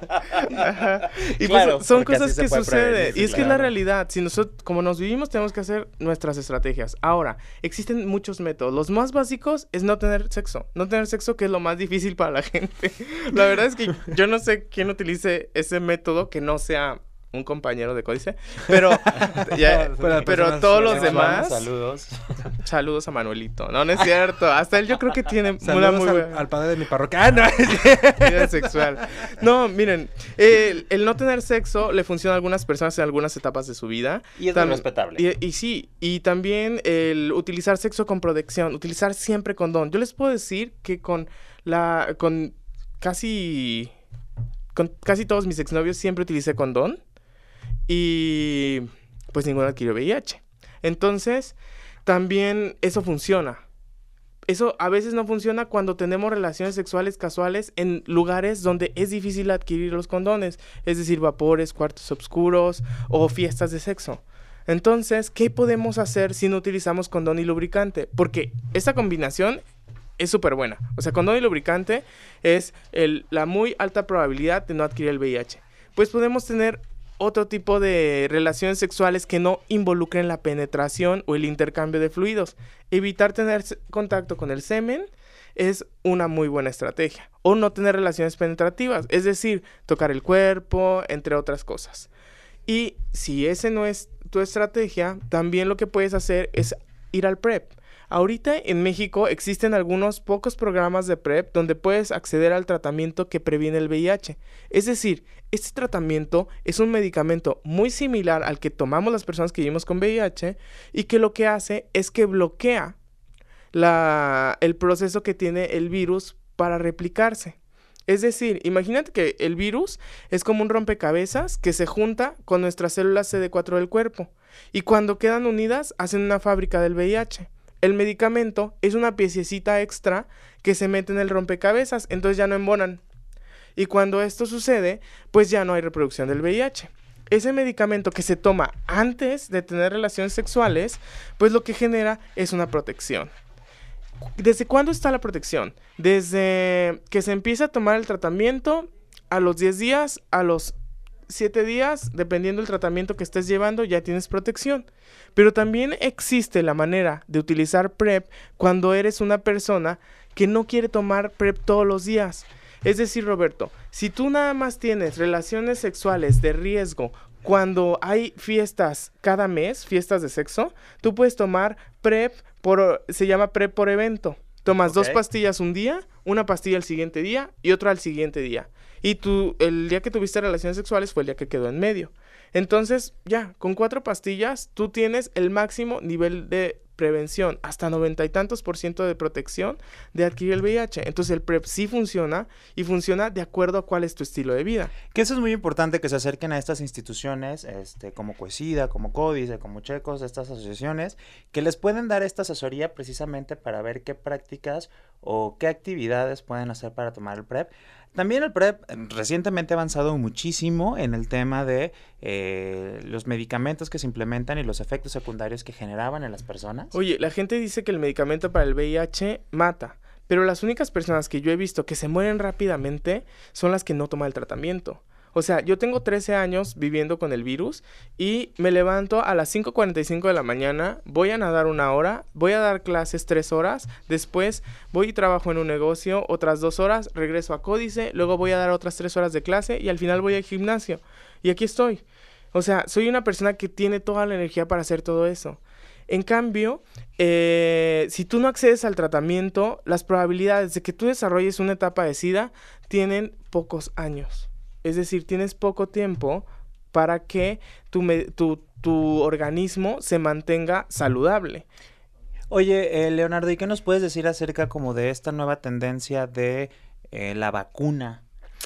Ajá. Y Claro, pues son porque así cosas se que puede suceden. prevenir, sí, Y es que es claro. la realidad. Si nosotros, como nos vivimos, tenemos que hacer nuestras estrategias. Ahora, existen muchos métodos. Los más básicos es no tener sexo. No tener sexo, que es lo más difícil para la gente. La verdad es que yo no sé quién utilice ese método que no sea un compañero de Códice, pero, ya, Para pero personas todos los sexuales. demás, Saludos. saludos a Manuelito. No, no es cierto. Hasta él yo creo que tiene una Saludos muy al, buena al padre de mi parroquia. Ah, no. vida sexual. No, miren, el, el no tener sexo le funciona a algunas personas en algunas etapas de su vida. Y es Tam- muy respetable. Y, y sí, y también el utilizar sexo con protección, utilizar siempre condón. Yo les puedo decir que con la, con casi, con casi todos mis exnovios siempre utilicé condón y pues ninguno adquirió V I H. Entonces, también eso funciona. Eso a veces no funciona cuando tenemos relaciones sexuales casuales en lugares donde es difícil adquirir los condones, es decir, vapores, cuartos oscuros o fiestas de sexo. Entonces, ¿qué podemos hacer si no utilizamos condón y lubricante? Porque esta combinación es súper buena. O sea, condón y lubricante es el, la muy alta probabilidad de no adquirir el V I H. Pues podemos tener otro tipo de relaciones sexuales que no involucren la penetración o el intercambio de fluidos. Evitar tener s- contacto con el semen es una muy buena estrategia. O no tener relaciones penetrativas, es decir, tocar el cuerpo, entre otras cosas. Y si ese no es tu estrategia, también lo que puedes hacer es ir al PrEP. Ahorita en México existen algunos pocos programas de PrEP donde puedes acceder al tratamiento que previene el V I H. Es decir, este tratamiento es un medicamento muy similar al que tomamos las personas que vivimos con V I H y que lo que hace es que bloquea la, el proceso que tiene el virus para replicarse. Es decir, imagínate que el virus es como un rompecabezas que se junta con nuestras células C D cuatro del cuerpo. Y cuando quedan unidas, hacen una fábrica del V I H. El medicamento es una piececita extra que se mete en el rompecabezas, entonces ya no embonan. Y cuando esto sucede, pues ya no hay reproducción del V I H. Ese medicamento que se toma antes de tener relaciones sexuales, pues lo que genera es una protección. ¿Desde cuándo está la protección? Desde que se empieza a tomar el tratamiento, a los diez días, a los siete días, dependiendo del tratamiento que estés llevando, ya tienes protección. Pero también existe la manera de utilizar PrEP cuando eres una persona que no quiere tomar PrEP todos los días. Es decir, Roberto, si tú nada más tienes relaciones sexuales de riesgo cuando hay fiestas cada mes, fiestas de sexo, tú puedes tomar PrEP, por, se llama PrEP por evento. Tomas okay. dos pastillas un día, una pastilla el siguiente día y otra al siguiente día. Y tú, el día que tuviste relaciones sexuales fue el día que quedó en medio. Entonces, ya, con cuatro pastillas, tú tienes el máximo nivel de prevención, hasta noventa y tantos por ciento de protección de adquirir el V I H. Entonces el PrEP sí funciona y funciona de acuerdo a cuál es tu estilo de vida. Que eso es muy importante, que se acerquen a estas instituciones, este, como Coesida, como Códice, como Checos, estas asociaciones, que les pueden dar esta asesoría precisamente para ver qué prácticas o qué actividades pueden hacer para tomar el PrEP. También el PrEP recientemente ha avanzado muchísimo en el tema de eh, los medicamentos que se implementan y los efectos secundarios que generaban en las personas. Oye, la gente dice que el medicamento para el V I H mata, pero las únicas personas que yo he visto que se mueren rápidamente son las que no toman el tratamiento. O sea, yo tengo trece años viviendo con el virus y me levanto a las cinco cuarenta y cinco de la mañana, voy a nadar una hora, voy a dar clases tres horas, después voy y trabajo en un negocio otras dos horas, regreso a Códice, luego voy a dar otras tres horas de clase y al final voy al gimnasio. Y aquí estoy. O sea, soy una persona que tiene toda la energía para hacer todo eso. En cambio, eh, si tú no accedes al tratamiento, las probabilidades de que tú desarrolles una etapa de SIDA tienen pocos años. Es decir, tienes poco tiempo para que tu, me, tu, tu organismo se mantenga saludable. Oye, eh, Leonardo, ¿y qué nos puedes decir acerca como de esta nueva tendencia de eh, la vacuna?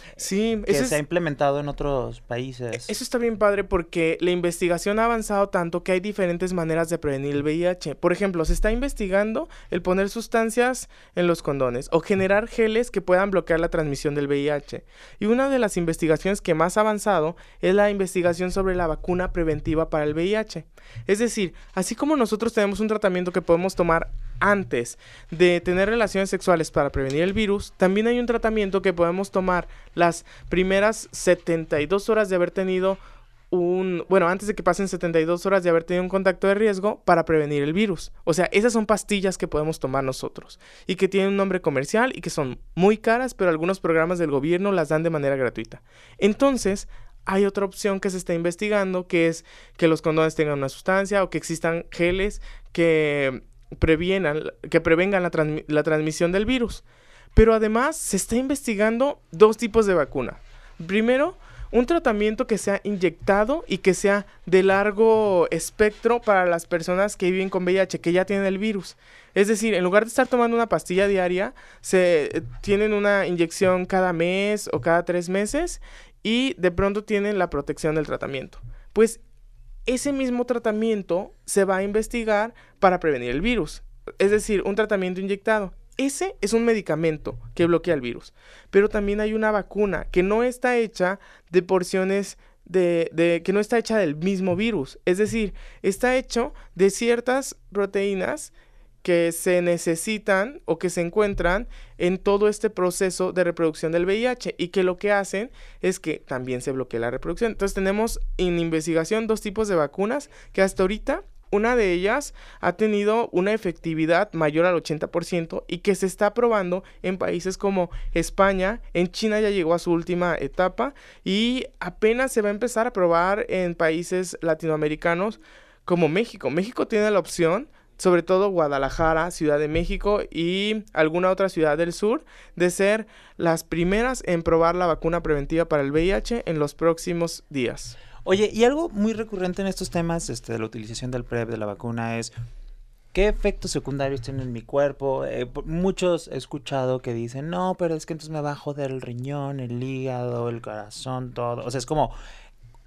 Sí, que eso se es, ha implementado en otros países. Eso está bien padre porque la investigación ha avanzado tanto que hay diferentes maneras de prevenir el V I H. Por ejemplo, se está investigando el poner sustancias en los condones o generar geles que puedan bloquear la transmisión del V I H. Y una de las investigaciones que más ha avanzado es la investigación sobre la vacuna preventiva para el V I H. Es decir, así como nosotros tenemos un tratamiento que podemos tomar antes de tener relaciones sexuales para prevenir el virus, también hay un tratamiento que podemos tomar las primeras setenta y dos horas de haber tenido un, bueno, antes de que pasen setenta y dos horas de haber tenido un contacto de riesgo para prevenir el virus. O sea, esas son pastillas que podemos tomar nosotros y que tienen un nombre comercial y que son muy caras, pero algunos programas del gobierno las dan de manera gratuita. Entonces, hay otra opción que se está investigando, que es que los condones tengan una sustancia o que existan geles que Previenan, que prevengan la, transmi- la transmisión del virus. Pero además se está investigando dos tipos de vacuna. Primero, un tratamiento que sea inyectado y que sea de largo espectro para las personas que viven con V I H, que ya tienen el virus. Es decir, en lugar de estar tomando una pastilla diaria, se eh, tienen una inyección cada mes o cada tres meses y de pronto tienen la protección del tratamiento. Pues ese mismo tratamiento se va a investigar para prevenir el virus. Es decir, un tratamiento inyectado. Ese es un medicamento que bloquea el virus. Pero también hay una vacuna que no está hecha de porciones de, de que no está hecha del mismo virus. Es decir, está hecho de ciertas proteínas que se necesitan o que se encuentran en todo este proceso de reproducción del V I H y que lo que hacen es que también se bloquea la reproducción. Entonces tenemos en investigación dos tipos de vacunas que hasta ahorita una de ellas ha tenido una efectividad mayor al ochenta por ciento y que se está probando en países como España. En China ya llegó a su última etapa y apenas se va a empezar a probar en países latinoamericanos como México. México tiene la opción, sobre todo Guadalajara, Ciudad de México y alguna otra ciudad del sur, de ser las primeras en probar la vacuna preventiva para el V I H en los próximos días. Oye, y algo muy recurrente en estos temas este, de la utilización del PrEP, de la vacuna, es ¿qué efectos secundarios tiene en mi cuerpo? Eh, muchos he escuchado que dicen, no, pero es que entonces me va a joder el riñón, el hígado, el corazón, todo. O sea, es como,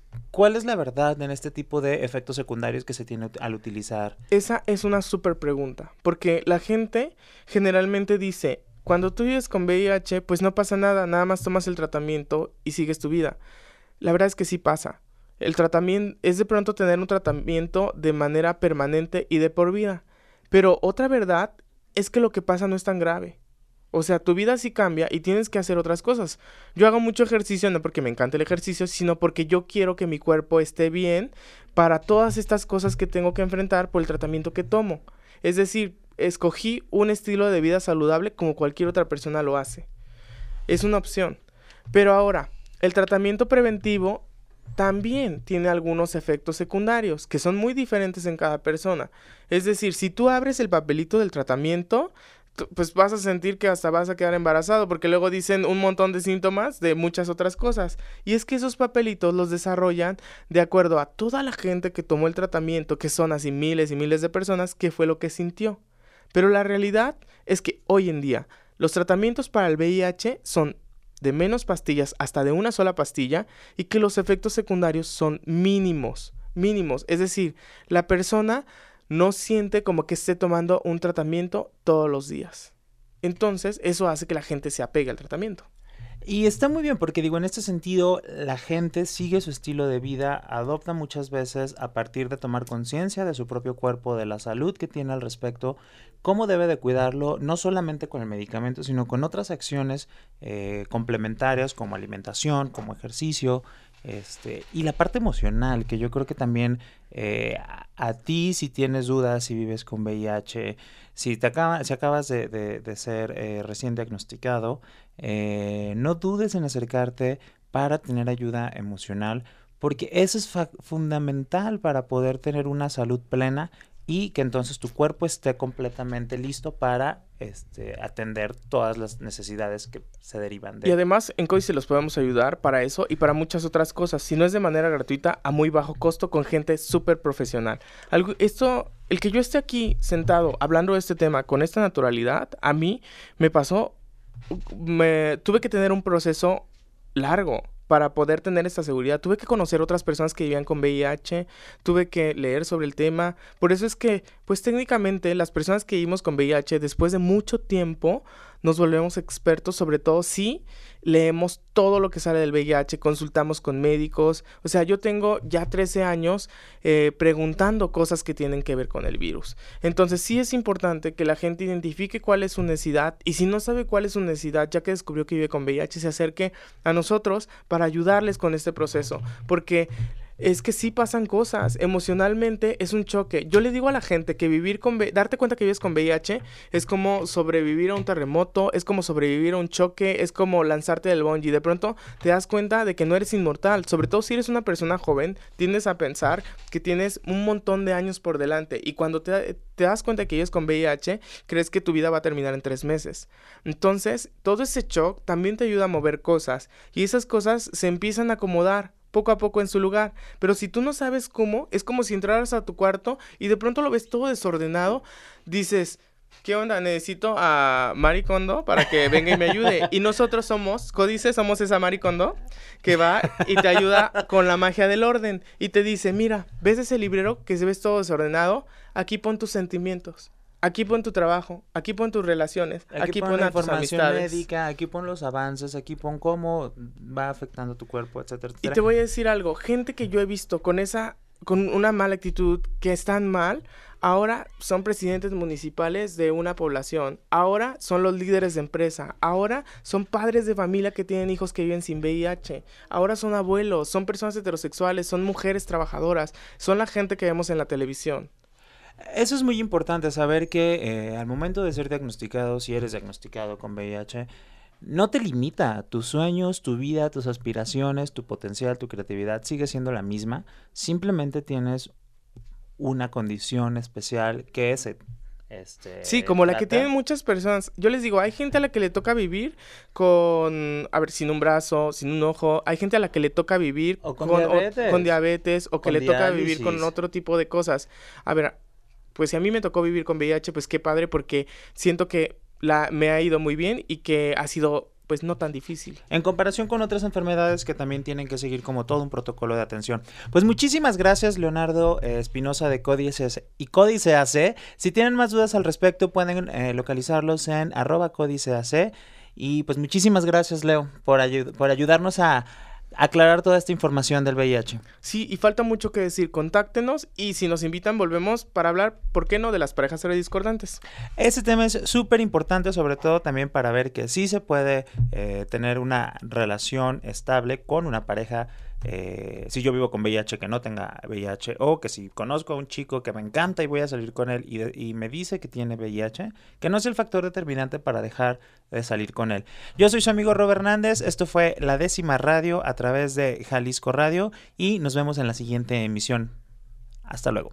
¿Cuál es la verdad en este tipo de efectos secundarios que se tiene al utilizar? Esa es una súper pregunta, porque la gente generalmente dice, cuando tú vives con V I H, pues no pasa nada, nada más tomas el tratamiento y sigues tu vida. La verdad es que sí pasa. El tratamiento es de pronto tener un tratamiento de manera permanente y de por vida. Pero otra verdad es que lo que pasa no es tan grave. O sea, tu vida sí cambia y tienes que hacer otras cosas. Yo hago mucho ejercicio no porque me encanta el ejercicio, sino porque yo quiero que mi cuerpo esté bien para todas estas cosas que tengo que enfrentar por el tratamiento que tomo. Es decir, escogí un estilo de vida saludable como cualquier otra persona lo hace. Es una opción. Pero ahora, el tratamiento preventivo también tiene algunos efectos secundarios que son muy diferentes en cada persona. Es decir, si tú abres el papelito del tratamiento, pues vas a sentir que hasta vas a quedar embarazado, porque luego dicen un montón de síntomas de muchas otras cosas. Y es que esos papelitos los desarrollan de acuerdo a toda la gente que tomó el tratamiento, que son así miles y miles de personas, que fue lo que sintió. Pero la realidad es que hoy en día los tratamientos para el V I H son de menos pastillas hasta de una sola pastilla y que los efectos secundarios son mínimos, mínimos. Es decir, la persona no siente como que esté tomando un tratamiento todos los días. Entonces, eso hace que la gente se apegue al tratamiento. Y está muy bien porque digo, en este sentido, la gente sigue su estilo de vida, adopta muchas veces a partir de tomar conciencia de su propio cuerpo, de la salud que tiene al respecto, cómo debe de cuidarlo, no solamente con el medicamento, sino con otras acciones eh, complementarias como alimentación, como ejercicio, este, y la parte emocional, que yo creo que también eh, a, a ti, si tienes dudas, si vives con V I H, si, te acaba, si acabas de, de, de ser eh, recién diagnosticado, eh, no dudes en acercarte para tener ayuda emocional, porque eso es fa- fundamental para poder tener una salud plena y que entonces tu cuerpo esté completamente listo para este, atender todas las necesidades que se derivan de... Y además, en Códice los podemos ayudar para eso y para muchas otras cosas. Si no es de manera gratuita, a muy bajo costo, con gente súper profesional. Algo, esto, el que yo esté aquí sentado hablando de este tema con esta naturalidad, a mí me pasó, me tuve que tener un proceso largo para poder tener esta seguridad. Tuve que conocer otras personas que vivían con V I H, tuve que leer sobre el tema. Por eso es que, pues técnicamente, las personas que vivimos con V I H, después de mucho tiempo, nos volvemos expertos, sobre todo si leemos todo lo que sale del V I H, consultamos con médicos. O sea, yo tengo ya trece años eh, preguntando cosas que tienen que ver con el virus. Entonces, sí es importante que la gente identifique cuál es su necesidad y si no sabe cuál es su necesidad, ya que descubrió que vive con V I H, se acerque a nosotros para ayudarles con este proceso. Porque es que sí pasan cosas, emocionalmente es un choque. Yo le digo a la gente que vivir con, darte cuenta que vives con V I H es como sobrevivir a un terremoto, es como sobrevivir a un choque, es como lanzarte del bungee. De pronto te das cuenta de que no eres inmortal, sobre todo si eres una persona joven, tiendes a pensar que tienes un montón de años por delante y cuando te, te das cuenta que vives con V I H, crees que tu vida va a terminar en tres meses. Entonces, todo ese shock también te ayuda a mover cosas y esas cosas se empiezan a acomodar poco a poco en su lugar, pero si tú no sabes cómo, es como si entraras a tu cuarto y de pronto lo ves todo desordenado, dices, ¿qué onda? Necesito a Marie Kondo para que venga y me ayude. Y nosotros somos, Códice, somos esa Marie Kondo que va y te ayuda con la magia del orden y te dice, mira, ¿ves ese librero que se ves todo desordenado? Aquí pon tus sentimientos. Aquí pon tu trabajo, aquí pon tus relaciones, aquí, aquí pon, pon la a tus información amistades. médica, aquí pon los avances, aquí pon cómo va afectando tu cuerpo, etcétera, etcétera. Y te voy a decir algo, gente que yo he visto con esa, con una mala actitud, que están mal, ahora son presidentes municipales de una población, ahora son los líderes de empresa, ahora son padres de familia que tienen hijos que viven sin V I H, ahora son abuelos, son personas heterosexuales, son mujeres trabajadoras, son la gente que vemos en la televisión. Eso es muy importante, saber que eh, al momento de ser diagnosticado, si eres diagnosticado con V I H, no te limita. Tus sueños, tu vida, tus aspiraciones, tu potencial, tu creatividad sigue siendo la misma. Simplemente tienes una condición especial que es... Este, sí, como la trata... que tienen muchas personas. Yo les digo, hay gente a la que le toca vivir con, a ver, sin un brazo, sin un ojo. Hay gente a la que le toca vivir o con, con diabetes. O, con diabetes o que con le diálisis. toca vivir con otro tipo de cosas. A ver, pues si a mí me tocó vivir con V I H, pues qué padre, porque siento que la, me ha ido muy bien y que ha sido pues no tan difícil. En comparación con otras enfermedades que también tienen que seguir como todo un protocolo de atención. Pues muchísimas gracias, Leonardo Espinosa de Códice y Códice A C. Si tienen más dudas al respecto, pueden eh, localizarlos en arroba Códice A C. Y pues muchísimas gracias, Leo, por, ayu- por ayudarnos a aclarar toda esta información del V I H. Sí, y falta mucho que decir, contáctenos y si nos invitan volvemos para hablar, ¿por qué no?, de las parejas heterodiscordantes. Ese tema es súper importante, sobre todo también para ver que sí se puede eh, tener una relación estable con una pareja. Eh, si yo vivo con V I H, que no tenga V I H, o que si conozco a un chico que me encanta y voy a salir con él y, de, y me dice que tiene V I H, que no es el factor determinante para dejar de salir con él. Yo soy su amigo Robert Hernández, esto fue La Décima Radio a través de Jalisco Radio y nos vemos en la siguiente emisión. Hasta luego.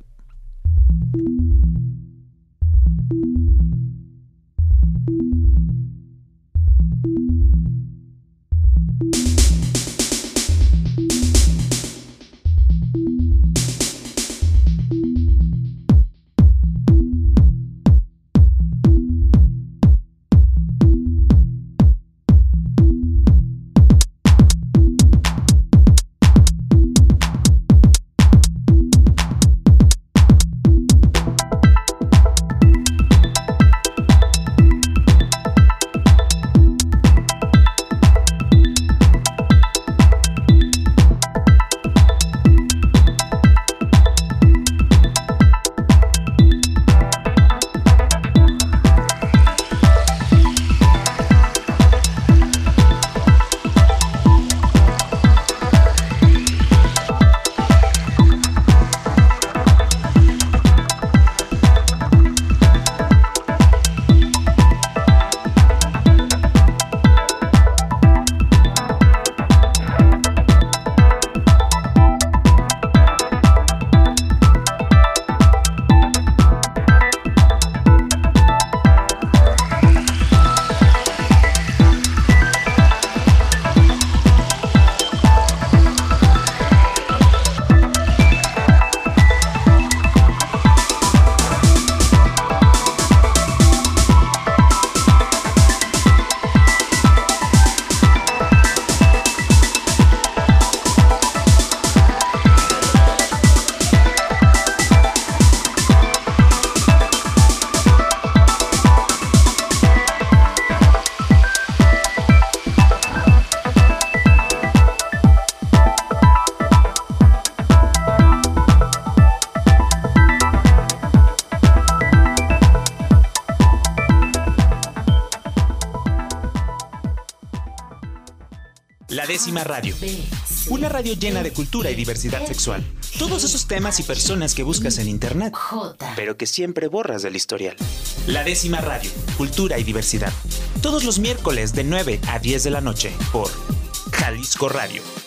La Décima Radio, una radio llena de cultura y diversidad sexual. Todos esos temas y personas que buscas en internet, pero que siempre borras del historial. La Décima Radio, cultura y diversidad. Todos los miércoles de nueve a diez de la noche por Jalisco Radio.